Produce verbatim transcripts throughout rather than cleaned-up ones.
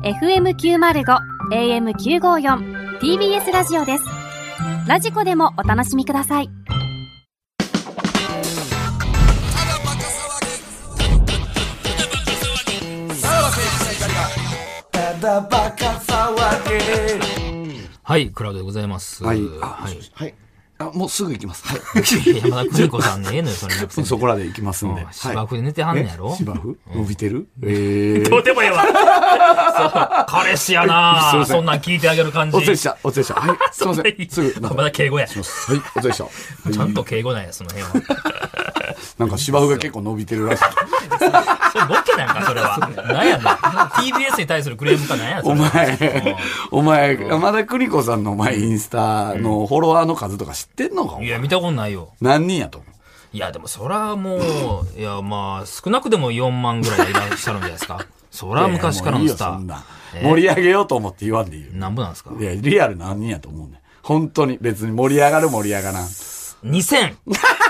エフエムきゅうまるご、エーエムきゅうごよん ティービーエス ラジオです。ラジコでもお楽しみください。 はい、クラウドでございます。 はい。 はい。 はい。あ、もうすぐ行きます。はい。 山田邦子さんね、ええのよ、それ。 そこらで行きますんで。 芝生で寝てはんねやろ？ 芝生伸びてる？ええ。 どうでもええわ。彼氏やなそんなん聞いてあげる感じ。 お疲れした。お疲れした。はい。すいません。すぐ。 まだ敬語や。 はい。お疲れした。 ちゃんと敬語なんや、その辺は。 なんか芝生が結構伸びてるらしい。 それボケなんか、それは。なんやねん。ティービーエス に対するクレームかなんや、それ。 お前、お前、山田邦子さんのお前インスタのフォロワーの数とか知ってんのか？ いや、見たことないよ。 何人やと思う？ いや、でもそらもう、いや、まあ、少なくてもよんまんぐらいはいらっしゃるんじゃないですか。そら昔からのスター。 いやいやもういいよそんな盛り上げようと思って言わんでいいよ。 何分なんですか？ いや、リアル何人やと思うね。本当に別に盛り上がる盛り上がらん。 にせん。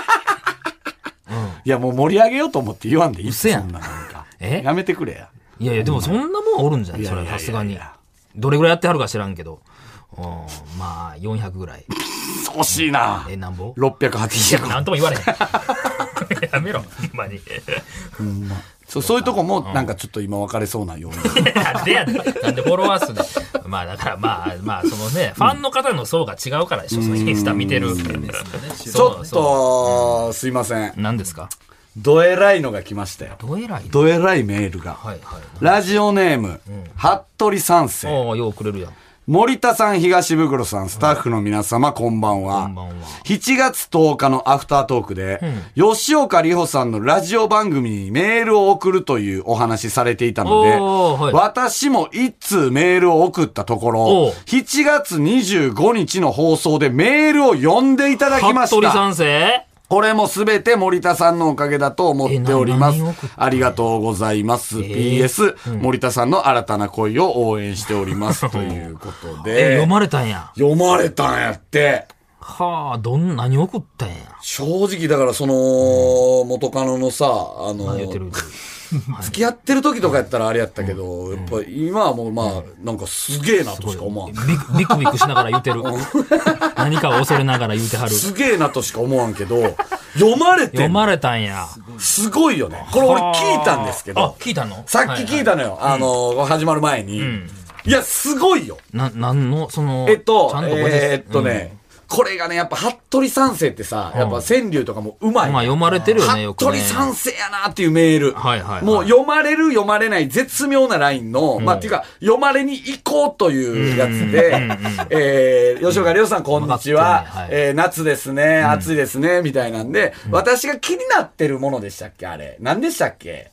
いや、もう盛り上げようと思って言わんでいいっすやん。 そんななんか。 えやめてくれや。 いやいや、でもそんなもんおるんじゃないそれはさすがに。どれぐらいやってはるか知らんけど。うん、まあ、よんひゃくぐらい。 惜しいな。 え、なんぼ ?ろっろっぴゃくはちじゅう。 なんとも言われへん。やめろ、ほんまに。 うんまそう、そういうとこもなんかちょっと今分かれそうなような。なんでやねん。なんでフォロワー数で。まあだからまあ、まあそのね、ファンの方の層が違うからでしょ、そのインスタ見てる。 ちょっと、すいません。 何ですか？ どえらいのが来ましたよ。 どえらいどえらいメールが。 はいはい。 ラジオネーム、服部三世。 おー、ようくれるやん。 森田さん、東袋さん、スタッフの皆様、こんばんは。 こんばんは。 しちがつとおかのアフタートークで、うん、吉岡里帆さんのラジオ番組にメールを送るというお話されていたので、はい、私も一通メールを送ったところ、しちがつにじゅうごにちの放送でメールを読んでいただきました。 服部三世これもすべて森田さんのおかげだと思っております。ありがとうございます。えー、ピーエス、うん、森田さんの新たな恋を応援しております。ということで。 え、読まれたんや。 読まれたんやって。 はあ、どん、何送ったんや。 正直だからその、元カノのさ、あの、 言ってる付き合ってる時とかやったらあれやったけど、うん、やっぱ今はもうまあ、なんかすげえなとしか思わん。 ビクビクビクしながら言うてる。何かを恐れながら言うてはる。 すげえなとしか思わんけど、読まれてん読まれたんや。 すごいよね。これ俺聞いたんですけど。 あ、聞いたの？ さっき聞いたのよ。はいはい、あの、うん、始まる前に。うん、いや、すごいよ。 な、なんの、その、 えっと、えー、っとね、うんこれがね、やっぱ、服部三世ってさ、やっぱ川柳とかもうまい、ね。 まあ読まれてるよね、よくね。 服部三世やなっていうメール。 はいはい、はい。 もう読まれる読まれない絶妙なラインの、うん、まあっていうか、読まれに行こうというやつで、うんうん、えー、吉岡里帆さんこんにちは、はい、えー、夏ですね、暑いですね、みたいなんで、うん、私が気になってるものでしたっけあれ。何でしたっけ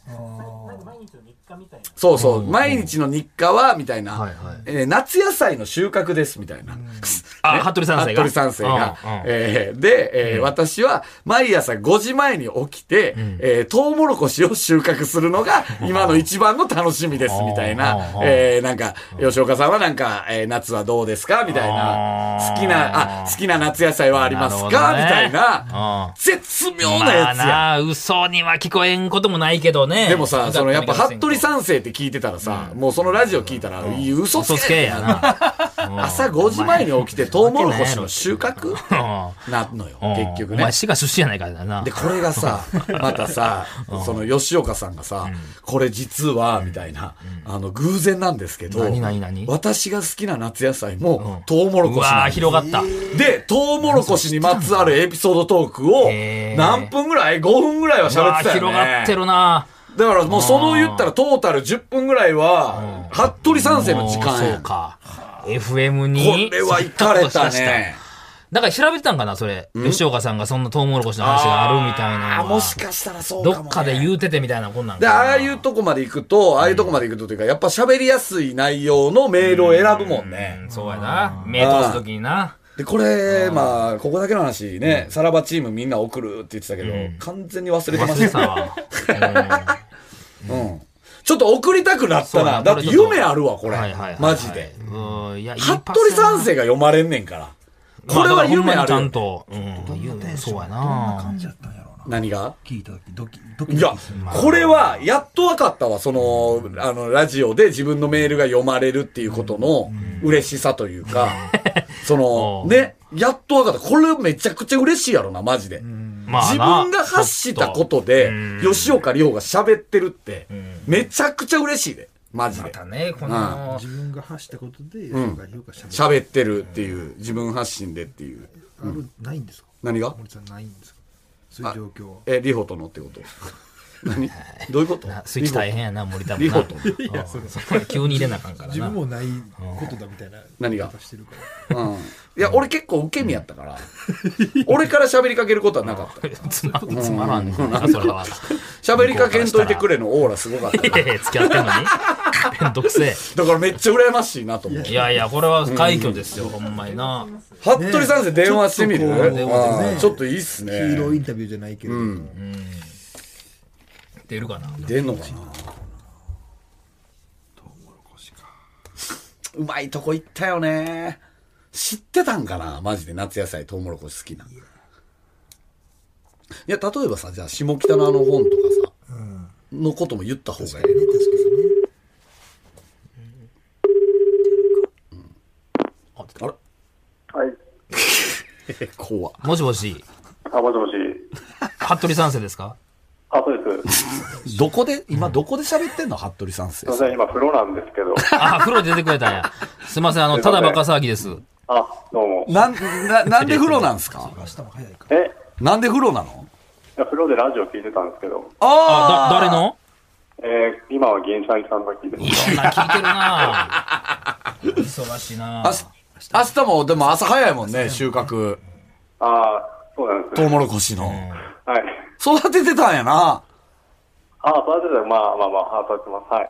そうそう、毎日の日課は、みたいな、はいはいえー、夏野菜の収穫です、みたいな。 あ、服部三世が。 服部三世が。えー、で、えーうん、私は毎朝ごじまえに起きて、うん、えー、トウモロコシを収穫するのが今の一番の楽しみです、みたいな。えー、なんか、吉岡さんはなんか、えー、夏はどうですかみたいな。好きな、あ、好きな夏野菜はありますか、ね、みたいな。絶妙なやつや。 まあな、嘘には聞こえんこともないけどね。 でもさ、そのやっぱ服部三世って聞いてたらさ、うん、もうそのラジオ聞いたら、いい嘘つけ。 嘘つけやな。 朝ごじまえに起きてトウモロコシの収穫なのよ、結局ね。 お前滋賀出身やないからだな。 で、これがさ、またさ、その吉岡さんがさ、これ実は、みたいな、あの、偶然なんですけど、 何何何私が好きな夏野菜もトウモロコシなんです。 うわー、広がった。 で、トウモロコシにまつわるエピソードトークを、何分ぐらい ?ご 分ぐらいは喋ってたよね。 広がってるな。 だからもうその言ったらトータルじゅっぷんぐらいは、服部三世の時間や。 そうか。エフエム に。 これは行かれたね。 だから調べてたんかな、それ。吉岡さんがそんなトウモロコシの話があるみたいな。 あ、もしかしたらそうかも、ね。 どっかで言うててみたいなこんなんかで、ああいうとこまで行くと、ああいうとこまで行くとというか、やっぱ喋りやすい内容のメールを選ぶもんね。 うん、そうやな。目通すときにな。 で、これ、まあ、ここだけの話ね、さらばチームみんな送るって言ってたけど、うん、完全に忘れてました。うん。ちょっと送りたくなったな。だって夢あるわ、これ。はいはいはいはい、マジで。うん。いや、服部三世が読まれんねんから。これは夢ある。 ちゃんと。うん。そうやな。どんな感じやったんやろうな。 何が聞いた時ドキドキいや、これは、やっと分かったわ。その、あの、ラジオで自分のメールが読まれるっていうことの嬉しさというか、その、ね、やっと分かった。これめちゃくちゃ嬉しいやろな、マジで。 まあ自分が発したことで、吉岡里帆が喋ってるって、めちゃくちゃ嬉しいで。マジで。 またね、この、 自分が発したことで、吉岡里帆が喋る。 喋ってるっていう、自分発信でっていう。 ある、ないんですか？ 何が？ 森さんないんですか？そういう状況は。 え、里帆とのってこと何どういうことスイッチ大変やな、森田もな。 里帆と。 いや、それ急に入れなあかんからな。 自分もないことだみたいな。 何がしてるから。 うん。いや、俺結構受け身やったから、俺から喋りかけることはなかった。 つまつまらんねんな、それは。 喋りかけんといてくれのオーラすごかった。 いやいや、付き合ってんのにめんどくせえ。 だからめっちゃ羨ましいなと思う。 いやいや、これは快挙ですよ、ほんまにな。 服部さんって電話してみる？ ちょっとこう電話でね。ちょっといいっすね。 ヒーローインタビューじゃないけれども。 出るかな？ 出んのかな？うまいとこ行ったよね。知ってたんかなマジで夏野菜トウモロコシ好きな。いや、例えばさ、じゃあ下北のあの本とかさ、うん、のことも言った方がいい。確かにね。うん、あれはい。 怖っ。 もしもし。 あ、もしもし。 服部三世ですか？ あ、そうです。 どこで、今どこで喋ってんの服部三世。 すいません、今風呂なんですけど。 あ、風呂で出てくれたんや。すいません、あの、ただバカ騒ぎです。 あ、どうも。 なん、な、なんで風呂なんですか？ えなんで風呂なの？ いや、風呂でラジオ聞いてたんですけど。 ああ、だ、誰の？ えー、今は銀シャリさんの聞いてます。 いろんな聞いてるな忙しいなあし明日も、でも朝早いもんね、収穫。 ああ、そうなんですね。 トウモロコシの。 はい。 育ててたんやな。 ああ、育ててた、まあまあまあ、育ててます。はい。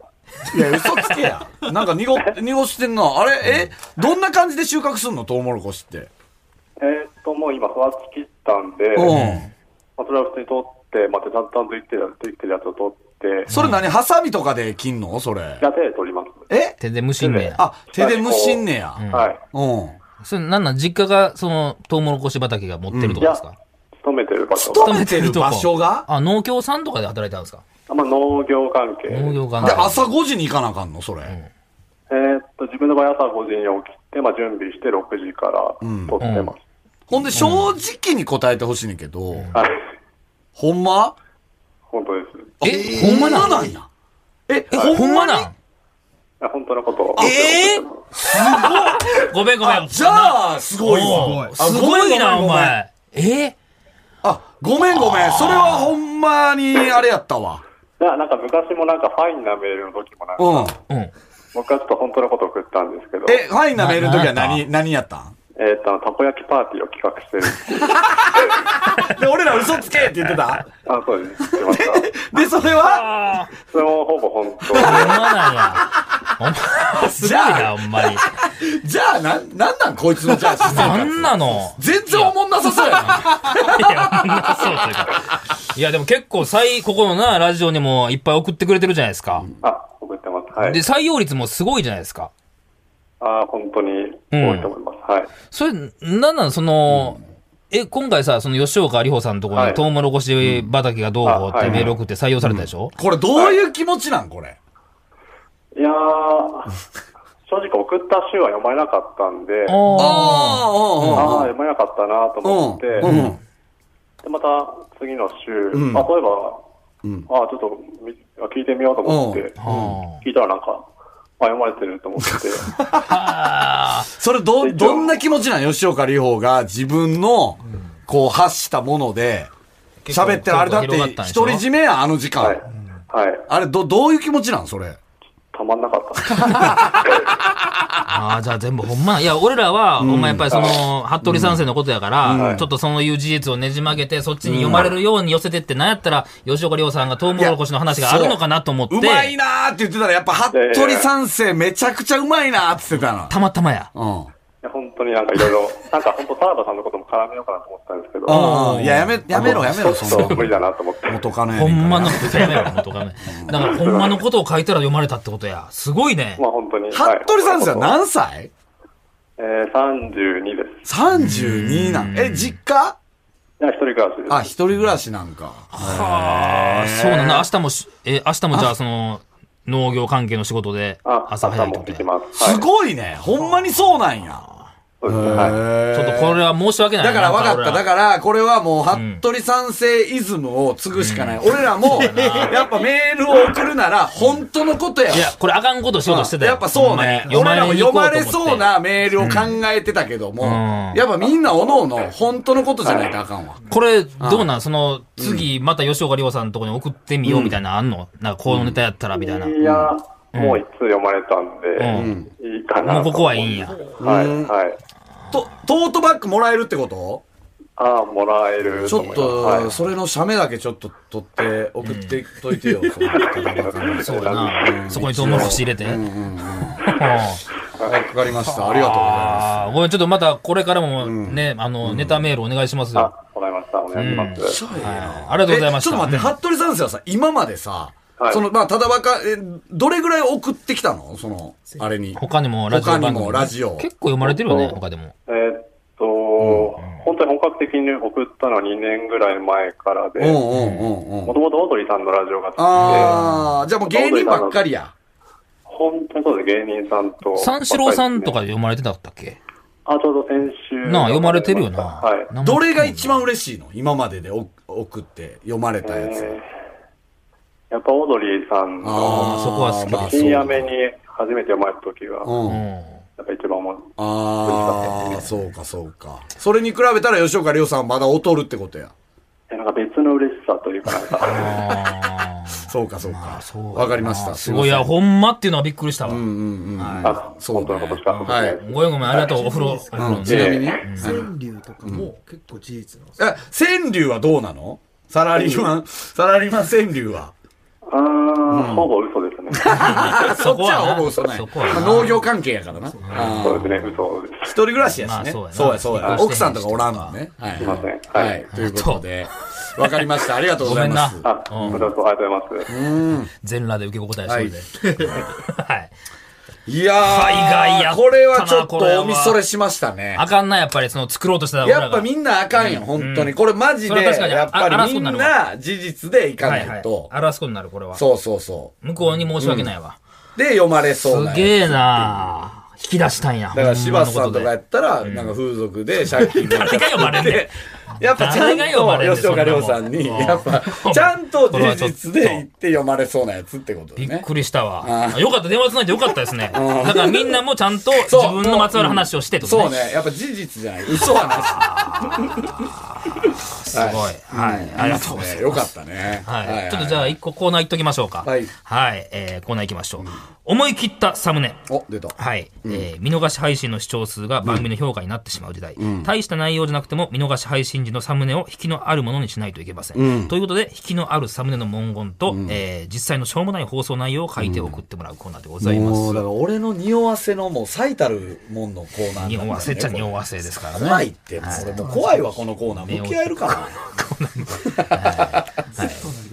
いや、嘘つけや。なんか濁、濁してんな。あれ、えどんな感じで収穫すんのトウモロコシって。 えー、っと、もう今育ち切ったんで、 うん。 まあ、それは普通に取って、まあ、ちゃんとできてる、できてるやつを取って。 それ何ハサミとかで切んのそれ。 いや、手で取ります。 え手でむしんねや。 あ、手でむしんねや。 はい。 うん。 それなんなん実家が、その、トウモロコシ畑が持ってるとこですか？ 勤めてる場所。 勤めてる場所があ、農協さんとかで働いてたんですか？ あ、まあ、農業関係。 農業関で、 係。 朝ごじに行かなあかんのそれ。 えー、っと、自分の場合朝ごじに起きて、まあ、準備してろくじから取ってます。 ほんで、正直に答えてほしいねんけど、 はい。 ほんま本当です。 え、ほんまなんなんや。え、 え、ほんまなん？ いや、本当のことを。 えー、すごいごめんごめん。 じゃあ、すごいわ。 すごいな、お前。えあ、ごめんごめん。それはほんまに、あれやったわ。 いや、なんか昔もなんかファインなメールの時もなんか、 うん。 うん。 僕はちょっと本当のことを送ったんですけど、 え、ファインなメールの時はな何、何やったんえーっと、あのたこ焼きパーティーを企画してるっていう。 で、俺ら嘘つけって言ってたあ、そうです。言ってました。 で、それはそれもほぼ本当ほんまなんや。ほんま、すごいな、ほんまに。 じゃあ、な、なんなんこいつのじゃあ、私生活なんなの？ 全然おもんなさそうやな。 いや、ほんまそうというか。いや、でも結構、最、ここのな、ラジオにもいっぱい送ってくれてるじゃないですか。 あ、送ってます。はい。 で、採用率もすごいじゃないですか。 あ、本当に多いと思います。はい。 それ、なんなん、その、え、今回さ、その吉岡里帆さんのところはいにトウモロコシ畑がどうこうってあはいメール送って採用されたでしょ？ これどういう気持ちなんこれ。 いやー、正直送った週は読まれなかったんで、あああ、 あ読まれなかったなと思って、 うんうんで、また次の週、 うんあ、そういえば、 うんあちょっとみ聞いてみようと思って、 あ。あ聞いたらなんか、あ、読まれてると思って、 あ。 それど、どんな気持ちなん吉岡里帆が自分の、こう発したもので、喋ってる、あれだって、独り占めやん、あの時間。 はい。はい。 あれ、ど、どういう気持ちなんそれ。 たまんなかった。 ああ、じゃあ全部ほんま。いや、俺らは、ほんまやっぱりその、服部三世のことやから、ちょっとそういう事実をねじ曲げて、そっちに読まれるように寄せてって、なんやったら、吉岡里帆さんがトウモロコシの話があるのかなと思って。 うまいなーって言ってたら、やっぱ、服部三世めちゃくちゃうまいなーって言ってたな。 たまたまや。 うん。 いや本当になんかいろいろ、なんか本当澤田さんのことも絡めようかなと思ったんですけど、 うん。いや、やめ、やめろ、やめろ、そんなちょっと。無理だなと思って。 元カノやほねんからんまのことやめろ、元カノ。だからほんまのことを書いたら読まれたってことや。すごいね。 まあ本当に。 服部三世は何歳えー、さんじゅうにです。 さんじゅうになん。え、実家いや、一人暮らしです。 あ、一人暮らしなんか。 はあ、そうなんだ。明日もし、えー、明日もじゃあその、農業関係の仕事で、朝早いとってことで。すごいね。ほんまにそうなんや。 そうですね。はい。 ちょっとこれは申し訳ない。 だから分かった。だから、これはもう、服部三世イズムを継ぐしかない。俺らも、やっぱメールを送るなら、本当のことや。 いや、これあかんことしようとしてたよ。 やっぱそうね。俺らも読まれそうなメールを考えてたけども、やっぱみんなおのおの、本当のことじゃないとあかんわ。 これ、どうなんその、次、また吉岡里帆さんのところに送ってみようみたいなのあんのなんか、このネタやったらみたいな。 いや、もう一通読まれたんで、いいかな。 もうここはいいんや。 はい、はい。 ト, トートバッグもらえるってこと？ ああ、もらえるちょっと、はい、それの写メだけちょっと取って送ってといてよ。うん、 そうだな、うん。そこにトウモロコシ入れて。うんうんうん、 はい、わかりました。ありがとうございます。 ごめん、ちょっとまたこれからもね、うん、あの、うん、ネタメールお願いしますよ。 あ、わかりました。お願いします。 うんはい、ありがとうございました。 ちょっと待って、服部三世はさ、今までさ、はい、その、まあ、ただばか、え、どれぐらい送ってきたのその、あれに。 他にもラジオ番組。 他にもラジオ。 結構読まれてるよね、他でも。 えー、っと、うん、本当に本格的に送ったのはにねんぐらい前からで、もともとオードリーさんのラジオがあって、 ああ、じゃあもう芸人ばっかりや。 本当にそうです、芸人さんと、ね。 三四郎さんとか読まれてなかったっけ？ あ、ちょうど先週。 なあ、読まれてるよな。 はい。 どれが一番嬉しいの今までで送って読まれたやつ。えーやっぱオードリーさんの、 あそこは好きです。 深夜目に初めて読まれた時が、うん、やっぱ一番思う。 ああ、そうかそうか。それに比べたら吉岡里帆さんまだ劣るってことや。 え、なんか別の嬉しさというかなんか。 そうかそうか。わかりました。 すごい、いや、ほんまっていうのはびっくりしたわ。 うんうんうん。 あ、本当のことしか。 はい。 ごめんごめん、ありがとう、お風呂。 ちなみに川柳とかも結構事実なんですよ。 川柳はどうなの？サラリーマン、サラリーマン川柳は。 ああ、うん、ほぼ嘘ですね。 そっちはほぼ嘘ない。まあ、農業関係やからな。 そうですね、嘘です。 一人暮らしやしね。まあ、そうやそうや。奥さんとかおらんのね。 はい。すいません。 はい。ということで、わかりました。ありがとうございます。 あ、ありがとうございます。 うん。 全裸で受け答えしてるで。はい。 いやー、これはちょっとおみそれしましたね。 あかんな、やっぱりその作ろうとしたら。 やっぱみんなあかんよ、本当に。これマジで、やっぱりみんな事実でいかないと。 あらすこになる、これは。 そうそうそう。 向こうに申し訳ないわ。 で、読まれそうな。 すげえな引き出したんや。 だから柴田さんとかやったら、なんか風俗で借金が読まれんねやっぱちゃんと吉岡里帆さんに、やっぱちゃんと事実で言って読まれそうなやつってことね。 びっくりしたわ。よかった、電話つないでよかったですね。だからみんなもちゃんと自分のまつわる話をしてとそうね。やっぱ事実じゃない。嘘はなし。 すごい。はい。ありがとうございます。 よかったね。 はい。ちょっとじゃあ一個コーナーいっときましょうか。 はい。 はい。えー、コーナーいきましょう。思い切ったサムネ。 お、出た。 はい。えー、見逃し配信の視聴数が番組の評価になってしまう時代。大した内容じゃなくても見逃し配信時のサムネを引きのあるものにしないといけません。ということで、引きのあるサムネの文言と、えー、実際のしょうもない放送内容を書いて送ってもらうコーナーでございます。 もう、だから俺の匂わせのもう最たるもんのコーナー。 匂わせっちゃ匂わせですからね。 怖いって。俺もう怖いわ、このコーナー。向き合えるかな。 はい。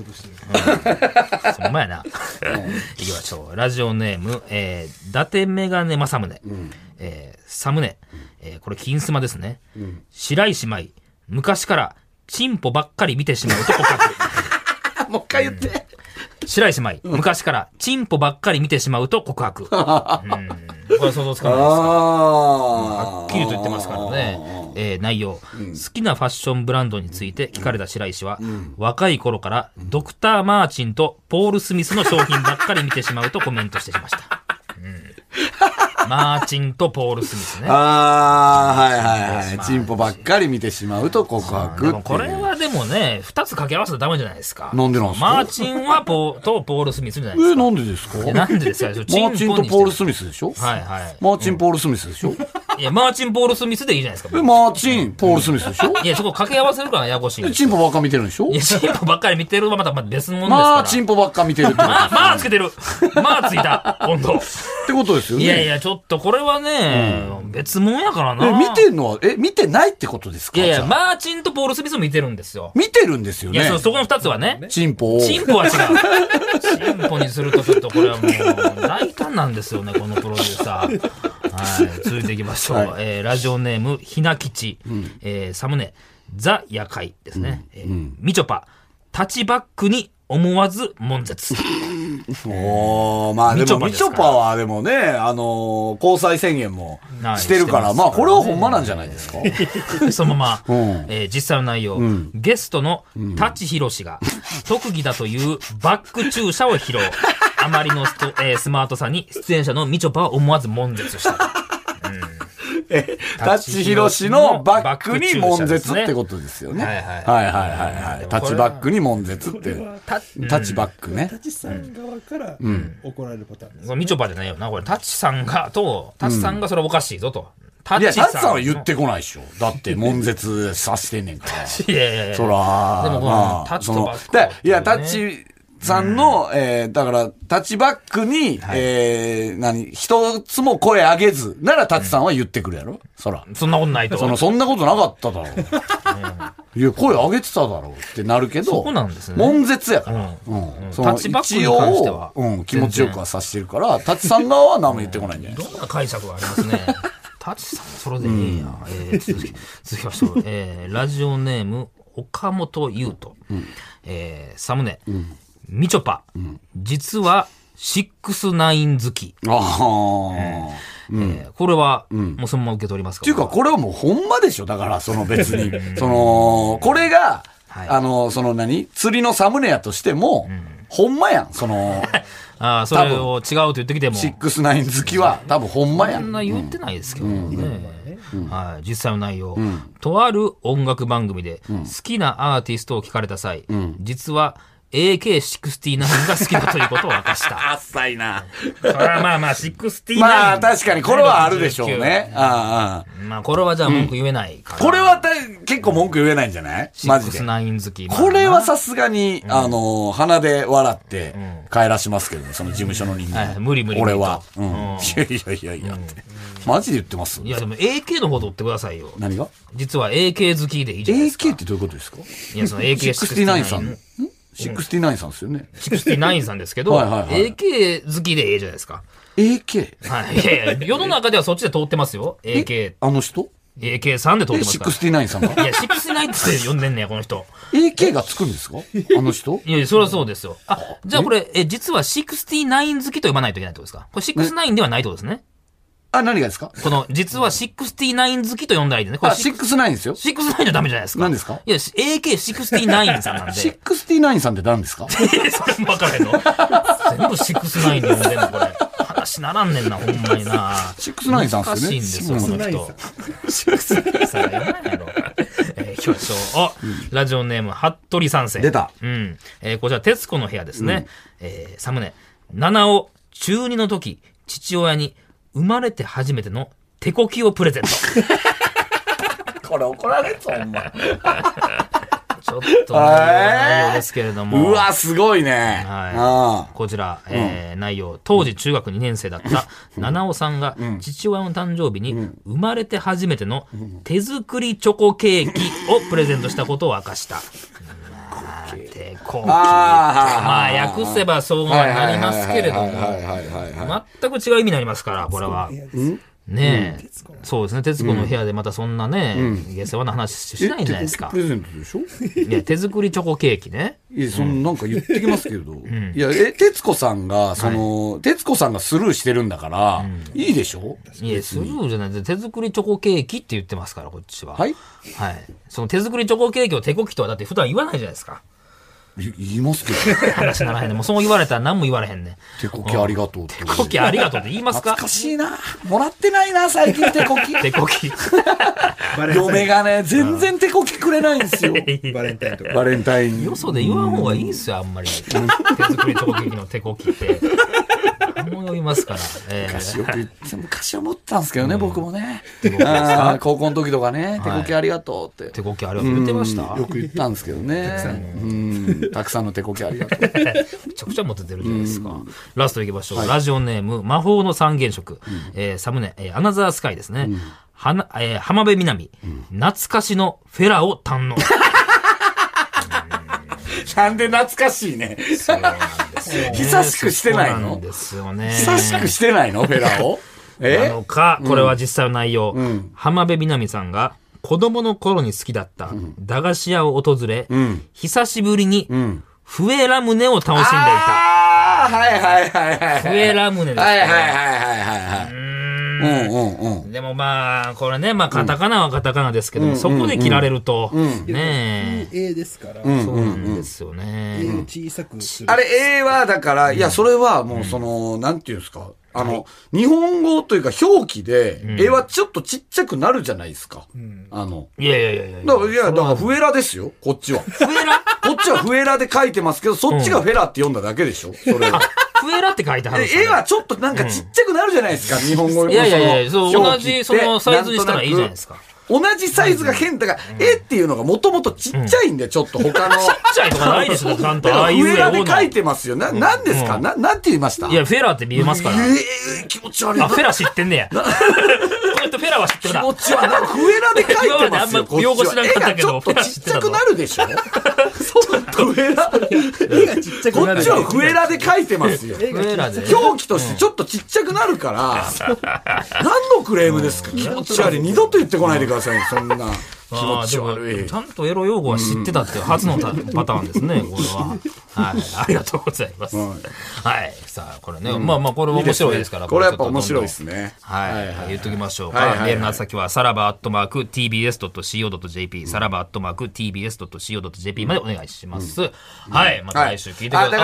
そんまやな。いきましょう。ラジオネーム、えー、伊達メガネ正宗。えー、サムネ。えー、これ金スマですね。白石舞。昔からチンポばっかり見てしまうと告白。 もう一回言って。 白石舞。昔からチンポばっかり見てしまうと告白。うん。これ想像つかないですか。はっきりと言ってますからね。えー、内容、うん、好きなファッションブランドについて聞かれた白石は、うん、若い頃からドクター・マーチンとポール・スミスの商品ばっかり見てしまうとコメントしてしました。うん、マーチンとポール・スミスね。 ああ、はいはいはい。チンポばっかり見てしまうと告白。 でもこれはでもね、二つ掛け合わせたらダメじゃないですか。 なんでなんですか？ マーチンはポとポール・スミスじゃないですか。 え、なんでですか？ なんでですか？マーチンとポール・スミスでしょ？ はいはい。 マーチン・ポール・スミスでしょ？ いや、マーチン・ポール・スミスでいいじゃないですか。 え、マーチン、ポール・スミスでしょ？ いや、そこ掛け合わせるからややこしい。 チンポばっか見てるんでしょ？ いや、チンポばっかり見てるはまた別物ですから。 マーチンポばっか見てるってことです。 まあつけてる。まあついた。今度。 ってことですよね。 いやいや、ちょっとこれはね、うん、別物やからな。 え、見てんのは、え、見てないってことですか？ いやいや、マーチンとポール・スミスも見てるんですよ。 見てるんですよね。 いや、そ、そこの二つはね。 チンポを。 チンポは違う。チンポにするとちょっとこれはもう、大胆なんですよね、このプロデューサー。はい、続いていきましょう。はい、えー、ラジオネーム、ひなきち。うん、えー、サムネ。 ザ・夜会ですね。うんうん、みちょぱ、タッチバックに思わず悶絶。 おー、まあでもみちょぱはでもね、あのー、交際宣言もしてるから、まあこれはほんまなんじゃないですか。 そのまま、うん、えー、実際の内容、うん、ゲストの舘ひろしが特技だというバック駐車を披露。あまりのスト、えー、スマートさに出演者のみちょぱは思わず悶絶した。 え、舘ひろしのバックに悶絶ってことですよね。はいはいはいはいはい。タッチバックに悶絶って。タッチバックね。 タチさん側から怒られるパターンです。 みちょぱじゃないよな、これ。タチさんが、と、タチさんがそれおかしいぞと。 タチさん。いや、タチさんは言ってこないでしょ。だって悶絶させてんねんから。 いやいやいや。 そら、 でもこのタチとバック。 いや、タチ、さんの、うん、えー、だから、タッチバックに、はい、えー、何、一つも声上げず、ならタッチさんは言ってくるやろ、うん、そら。 そんなことないと。 その、そんなことなかっただろう。うん、いや、声上げてただろうってなるけど、 そうなんですね。 悶絶やから。うん。うん、 そのタッチバックに関しては。 うん、気持ちよくはさしてるから、タッチさん側は何も言ってこないんじゃないですか。 いろんな解釈がありますね。タッチさん、それでいいや。うん、えー、続き、続きましょう。えー、ラジオネーム、岡本優斗。うん、えー、サムネ。うんみちょぱ、うん、実はシックスナイン好き。ああ、えーうんえー、これは、うん、もうそのまま受け取りますか。 っていうか、これはもうほんまでしょ。だから、その別に。その、これが、はい、あの、その何釣りのサムネやとしても、うん、ほんまやん。その、 ああ、それを違うと言ってきても。 シックスナイン好きは多分ほんまやん。 そんな言ってないですけどね。うんうん、はい、実際の内容、うん。とある音楽番組で、好きなアーティストを聞かれた際、うん、実は、エーケーシックスティーナイン が好きだということを明かした。 あっさいな。 それはまあまあ、シックスティーナイン。 まあ確かにこれはあるでしょうね。ああまあこれはじゃあ文句言えないから。 うん、これは結構文句言えないんじゃないマジで。 シックスナイン好き。 これはさすがに、うん、あの、鼻で笑って帰らしますけどね、その事務所の人間。はい、 無理無理無理。 俺は。うん。いやいやいやいやって。マジで言ってます。 いやでも エーケー の方取ってくださいよ。 何が実は エーケー 好きでいいじゃないですか。 エーケー ってどういうことですかいやその エーケーシックスティーナインさん。シックスティーナインさんですよね。 シックスティーナインさんですけど、はいはいはい、エーケー 好きでええじゃないですか。 エーケー? はい。いやいや、世の中ではそっちで通ってますよ。エーケー。 あの人エーケー さんで通ってますから。 シックスティーナインさんがいや、シックスティーナインって呼んでんねや、この人。 エーケー がつくんですかあの人いやいや、そりゃそうですよ。あ、じゃあこれ、え、実はシックスティーナイン好きと呼ばないといけないってことですかこれシックスティーナインではないってことですね。 あ、何がですかこの、実はシックスティーナイン好きと呼んだらいいですね。これあ、シックスナインですよ。 シックスナインじゃダメじゃないですか。 何ですかいや、エーケーシックスティーナインさんなんで。 シックスティーナインさんって何ですかそれも分からへんの全部シックスナインで呼んでんのこれ。話ならんねんな、ほんまにな。 シックスナインさんっすよね。 難しいんですよ、この人。シックスナインさんやばいやろ。えー、行きましょう。お、うん、ラジオネーム、服部三世。 出た。 うん。えー、こちら、徹子の部屋ですね。うん、えー、サムネ。七尾、中二の時、父親に生まれて初めての手こきをプレゼント。 これ怒られそう、ほんま。 ちょっと、内容ですけれども。 うわ、すごいね。 はい。こちら、えー、内容。当時中学にねん生だった七尾さんが、父親の誕生日に生まれて初めての手作りチョコケーキをプレゼントしたことを明かした。手こき。まあ、訳せばそうなりますけれども、全く違う意味になりますから、これは。ねえ、うん、そうですね。徹子の部屋でまたそんなね、うん、下世話な話しないんじゃないですか。 プレゼントでしょいや、手作りチョコケーキね。 いや、そのなんか言ってきますけど。うん、いや、え、徹子さんが、その、はい、徹子さんがスルーしてるんだから、うん、いいでしょいや、スルーじゃない。手作りチョコケーキって言ってますから、こっちは。 はいはい。その手作りチョコケーキを手こきとはだって普段言わないじゃないですか。 言いますけど。 話ならへんね。もうそう言われたら何も言われへんね。 手こきありがとうって。 手こきありがとうって言いますか懐かしいな。もらってないな、最近手こき。 手こき。 嫁がね、全然手こきくれないんですよ。 バレンタインとか。 バレンタイン。 よそで言わん方がいいんすよ、あんまり。手作りチョコケーキの手こきって。思い読みますから。 えー、昔よく言って、昔思ったんですけどね、うん、僕もね。あ高校の時とかね、手こきありがとうって。 手こきありがとう言ってました、 よく言ったんですけどね。うん、たくさんの手こきありがとう。めちゃくちゃモテてるじゃないですか。うん、ラストいきましょう。はい、ラジオネーム、魔法の三原色。うん、えー、サムネ、えー、アナザースカイですね。うん、はな、えー、浜辺美波、うん、懐かしのフェラを堪能。 なんで懐かしいね。そうなんですよ、ね。久しくしてないの？そうなんですよね。久しくしてないのフェラを？ え？なのか、これは実際の内容。うん、浜辺美波さんが子供の頃に好きだった駄菓子屋を訪れ、うん、久しぶりに笛ラムネを楽しんでいた。 ああ、はいはいはいはい。 笛ラムネですね。 はいはいはいはいはい。うんうんうん、 でもまあ、これね、まあ、カタカナはカタカナですけども、うん、そこで切られると、うん、ねえ。A ですから。 そうなんですよね。 A を小さくする。 あれ A はだから、いや、それはもうその、なんていうんですか。あの、はい、日本語というか表記で、絵はちょっとちっちゃくなるじゃないですか。うん、あの。 いやいやいやいや。 だから、いや、だから、フエラですよ、こっちは。 フエラこっちはフエラで書いてますけど、そっちがフェラって読んだだけでしょ、それは。 フエラって書いてある。 絵はちょっとなんかちっちゃくなるじゃないですか、うん、日本語いやいやいや、そう、同じそのサイズにしたらいいじゃないですか。 同じサイズが変だから、うん、絵っていうのがもともとちっちゃいんで、ちょっと他の。 ちっちゃいとかないですよ、ちゃんと。 ああいう絵を。フエラで書いてますよ。な、なんですか、うん、な、なんて言いました？ いや、フェラって見えますから。 ええー、気持ち悪い。 あ、フェラ知ってんねや。この人フェラは知ってるな。 気持ち悪い。フエラで書いてますよ。 あんま用語知らんかったけど。 ちょっとちっちゃくなるでしょ？そうフエラ。 絵がちっちゃくなる。 こっちはフエラで書いてますよ。 フエラで。 表記としてちょっとちっちゃくなるから、何のクレームですか？気持ち悪い。二度と言ってこないでください、そんな。気持ち悪い。 ちゃんとエロ用語は知ってたっていう初のパターンですね、これは。はい。ありがとうございます。はい。さあ、これね、まあまあ、これ面白いですから。 これやっぱ面白いですね。 はい。言っときましょうか。メールの先は、さらばアットマーク ティービーエスドットシーオードットジェーピー、さらばアットマーク ティービーエスドットシーオードットジェーピー までお願いします。はい。また来週聞いてください。 だから、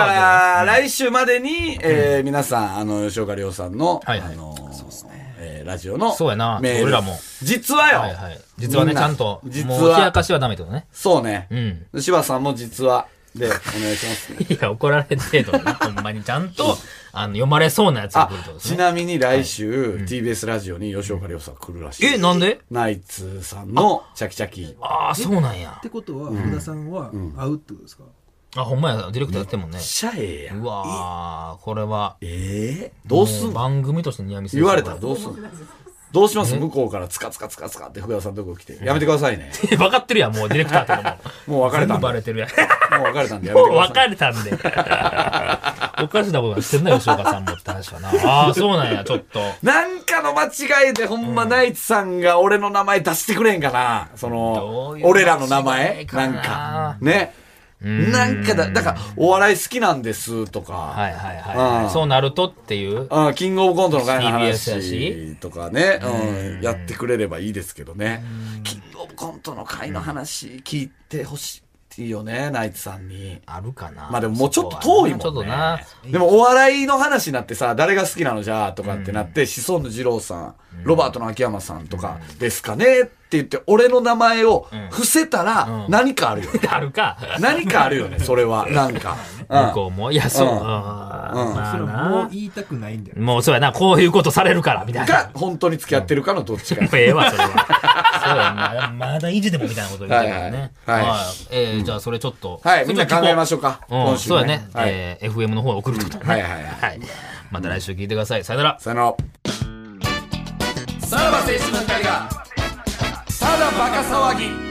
来週までに、え皆さん、あの、吉岡亮さんの、あの、そうですね。ラジオのそうやな、 メール。 俺らも。 実はよ。 はいはい。実はね、ちゃんと。実は。もう冷やかしはダメってことね。 そうね。うん。柴さんも実は。で、お願いしますね。 いや、怒られん程度ね。ほんまにちゃんと、あの、読まれそうなやつが来るってことですね。 ちなみに来週、ティービーエス ラジオに吉岡亮さん来るらしい。 え、なんで？ ナイツさんのチャキチャキ。 ああ、そうなんや。 ってことは、福田さんは会うってことですか？ あ、ほんまや、ディレクターやってんもんね。 しゃえや。 うわー、これは。 ええどうすんの？ 番組としてニアミス言われたらどうすんの？どうします？向こうからツカツカツカツカって福田さんのとこ来て。やめてくださいね。 分かってるやん、もうディレクターってのも。 もう別れたんで。 バレてるやん。 もう別れたんでやめてください。 もう別れたんで。おかしなことはしてんなよ、吉岡さんもって話はな。ああ、そうなんや、ちょっと。 なんかの間違いでほんまナイツさんが俺の名前出してくれんかな。その、俺らの名前なんか。ね。なんかだ、だから、お笑い好きなんですとか。 はいはいはい。うん、そうなるとっていう。 うん、キングオブコントの会の話とかね、うん、やってくれればいいですけどね。キングオブコントの会の話聞いてほしいよね、ナイツさんに。 あるかな。 まあでももうちょっと遠いもんね。ちょっとな。でもお笑いの話になってさ、誰が好きなのじゃあとかってなって、シソンヌ二郎さん、ロバートの秋山さんとかですかねって言って、俺の名前を伏せたら何かあるよね。 あるか。 何かあるよね、それは。なんか。 向こうも。いや、そう。 それもう言いたくないんだよ。 もうそうやな、こういうことされるから、みたいな。 か、本当に付き合ってるかのどっちか。 ええわ、それは。そうやな。まだ意地でもみたいなこと言ってるからね。はい。えじゃあそれちょっと。 はい、みんな考えましょうか。 今週。そうやね。え エフエム の方へ送るってことね。 はいはいはい。 また来週聞いてください。さよなら。 さよなら。さらば青春の光が、ただバカ騒ぎ。